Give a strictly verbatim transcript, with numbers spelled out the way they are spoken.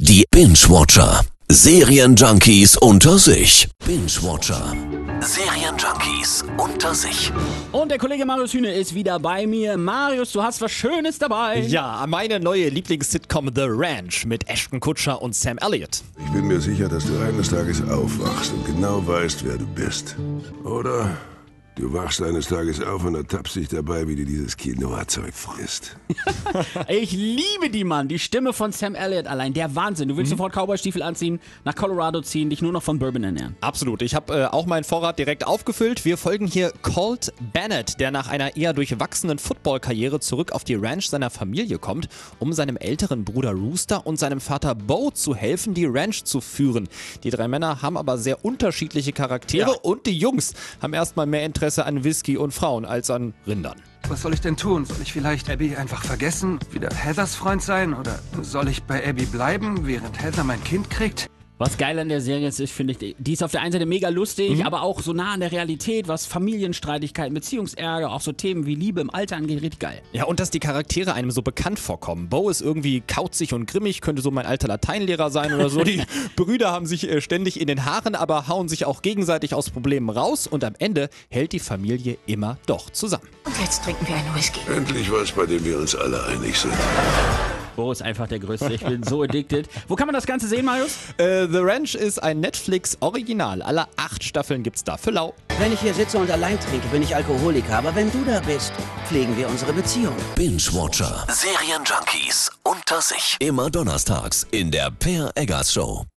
Die Binge-Watcher. Serienjunkies unter sich. Binge-Watcher. Serienjunkies unter sich. Und der Kollege Marius Hühne ist wieder bei mir. Marius, du hast was Schönes dabei. Ja, meine neue Lieblings-Sitcom The Ranch mit Ashton Kutcher und Sam Elliott. Ich bin mir sicher, dass du eines Tages aufwachst und genau weißt, wer du bist. Oder du wachst eines Tages auf und ertappst dich dabei, wie du dieses Quinoa-Zeug frisst. Ich liebe die, Mann. Die Stimme von Sam Elliott allein. Der Wahnsinn. Du willst mhm. sofort Cowboy-Stiefel anziehen, nach Colorado ziehen, dich nur noch von Bourbon ernähren. Absolut. Ich habe äh, auch meinen Vorrat direkt aufgefüllt. Wir folgen hier Colt Bennett, der nach einer eher durchwachsenen Football-Karriere zurück auf die Ranch seiner Familie kommt, um seinem älteren Bruder Rooster und seinem Vater Bo zu helfen, die Ranch zu führen. Die drei Männer haben aber sehr unterschiedliche Charaktere, ja. Und die Jungs haben erstmal mehr Interesse an Whisky und Frauen als an Rindern. Was soll ich denn tun? Soll ich vielleicht Abby einfach vergessen, wieder Heathers Freund sein? Oder soll ich bei Abby bleiben, während Heather mein Kind kriegt? Was geil an der Serie ist, finde ich, die ist auf der einen Seite mega lustig, mhm. aber auch so nah an der Realität, was Familienstreitigkeiten, Beziehungsärger, auch so Themen wie Liebe im Alter angeht, richtig geil. Ja, und dass die Charaktere einem so bekannt vorkommen. Bo ist irgendwie kauzig und grimmig, könnte so mein alter Lateinlehrer sein oder so. Die Brüder haben sich äh, ständig in den Haaren, aber hauen sich auch gegenseitig aus Problemen raus. Und am Ende hält die Familie immer doch zusammen. Und jetzt trinken wir einen Whisky. Endlich was, bei dem wir uns alle einig sind. Bo ist einfach der Größte. Ich bin so addicted. Wo kann man das Ganze sehen, Marius? Äh, The Ranch ist ein Netflix-Original. Alle acht Staffeln gibt's da für lau. Wenn ich hier sitze und allein trinke, bin ich Alkoholiker. Aber wenn du da bist, pflegen wir unsere Beziehung. Binge-Watcher. Serienjunkies unter sich. Immer donnerstags in der Per Eggers Show.